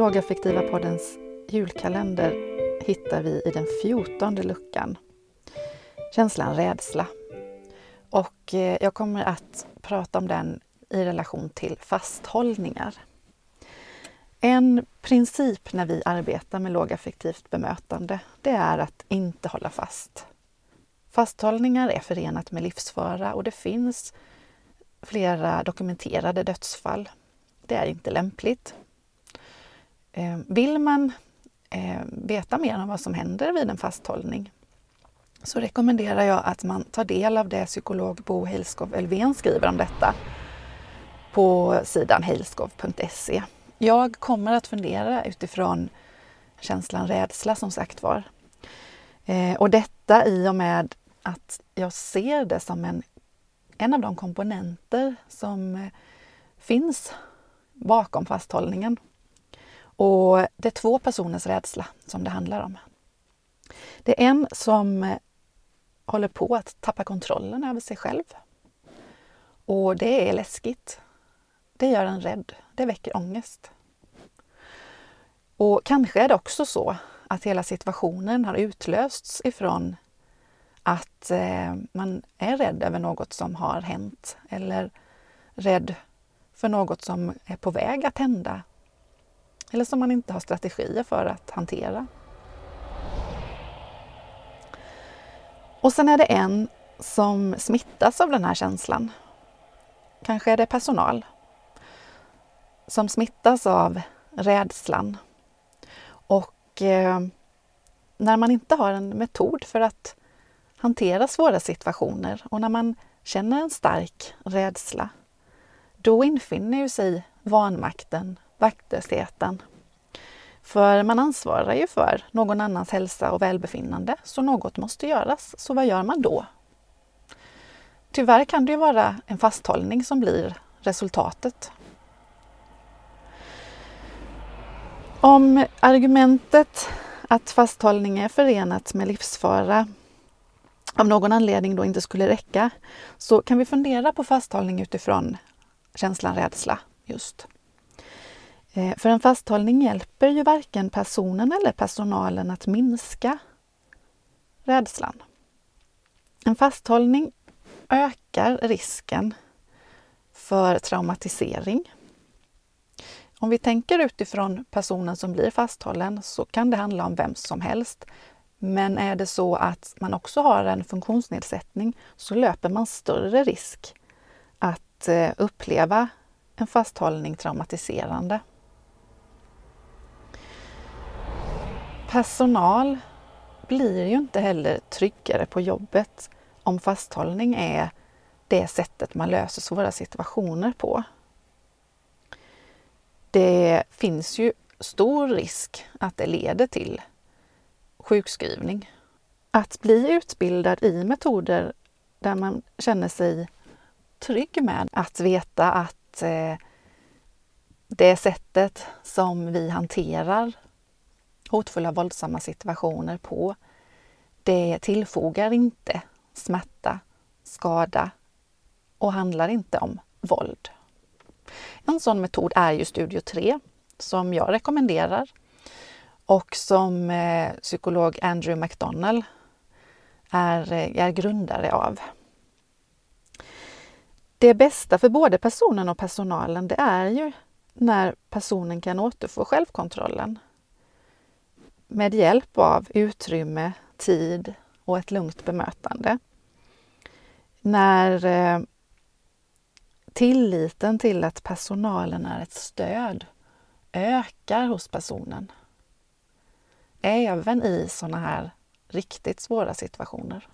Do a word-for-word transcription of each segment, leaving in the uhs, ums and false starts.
Lågaffektiva poddens julkalender hittar vi i den fjortonde luckan. Känslan rädsla. Och jag kommer att prata om den i relation till fasthållningar. En princip när vi arbetar med lågaffektivt bemötande, det är att inte hålla fast. Fasthållningar är förenat med livsfara och det finns flera dokumenterade dödsfall. Det är inte lämpligt. Vill man veta mer om vad som händer vid en fasthållning så rekommenderar jag att man tar del av det psykolog Bo Hejlskov-Elfven skriver om detta på sidan hejlskov punkt se. Jag kommer att fundera utifrån känslan rädsla som sagt var. Och detta i och med att jag ser det som en, en av de komponenter som finns bakom fasthållningen. Och det är två personers rädsla som det handlar om. Det är en som håller på att tappa kontrollen över sig själv. Och det är läskigt. Det gör en rädd. Det väcker ångest. Och kanske är det också så att hela situationen har utlösts ifrån att eh, man är rädd över något som har hänt. Eller rädd för något som är på väg att hända. Eller som man inte har strategier för att hantera. Och sen är det en som smittas av den här känslan. Kanske är det personal som smittas av rädslan. Och eh, när man inte har en metod för att hantera svåra situationer och när man känner en stark rädsla, då infinner ju sig vanmakten, vaktlösheten. För man ansvarar ju för någon annans hälsa och välbefinnande, så något måste göras. Så vad gör man då? Tyvärr kan det ju vara en fasthållning som blir resultatet. Om argumentet att fasthållning är förenat med livsfara av någon anledning då inte skulle räcka, så kan vi fundera på fasthållning utifrån känslan rädsla just. För en fasthållning hjälper ju varken personen eller personalen att minska rädslan. En fasthållning ökar risken för traumatisering. Om vi tänker utifrån personen som blir fasthållen så kan det handla om vem som helst. Men är det så att man också har en funktionsnedsättning så löper man större risk att uppleva en fasthållning traumatiserande. Personal blir ju inte heller tryggare på jobbet om fasthållning är det sättet man löser svåra situationer på. Det finns ju stor risk att det leder till sjukskrivning. Att bli utbildad i metoder där man känner sig trygg med att veta att eh, det sättet som vi hanterar hotfulla, våldsamma situationer på, det tillfogar inte smärta, skada och handlar inte om våld. En sån metod är ju Studio tre som jag rekommenderar och som eh, psykolog Andrew McDonald är, är grundare av. Det bästa för både personen och personalen det är ju när personen kan återfå självkontrollen med hjälp av utrymme, tid och ett lugnt bemötande. När eh, tilliten till att personalen är ett stöd ökar hos personen. Även i sådana här riktigt svåra situationer.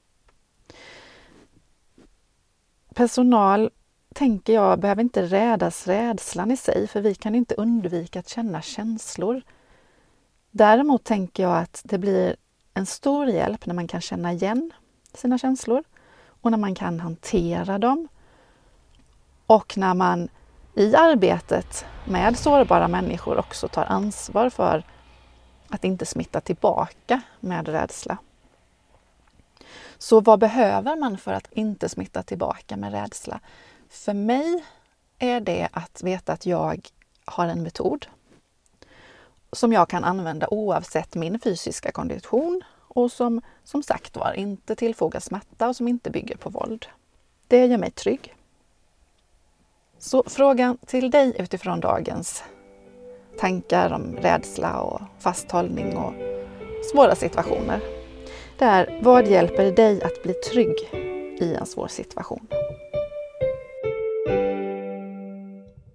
Personal, tänker jag, behöver inte rädas rädslan i sig, för vi kan inte undvika att känna känslor. Däremot tänker jag att det blir en stor hjälp när man kan känna igen sina känslor och när man kan hantera dem. Och när man i arbetet med sårbara människor också tar ansvar för att inte smitta tillbaka med rädsla. Så vad behöver man för att inte smitta tillbaka med rädsla? För mig är det att veta att jag har en metod. som jag kan använda oavsett min fysiska kondition och som som sagt var inte tillfogar smärta och som inte bygger på våld. Det gör mig trygg. Så frågan till dig utifrån dagens tankar om rädsla och fasthållning och svåra situationer, det är: vad hjälper dig att bli trygg i en svår situation?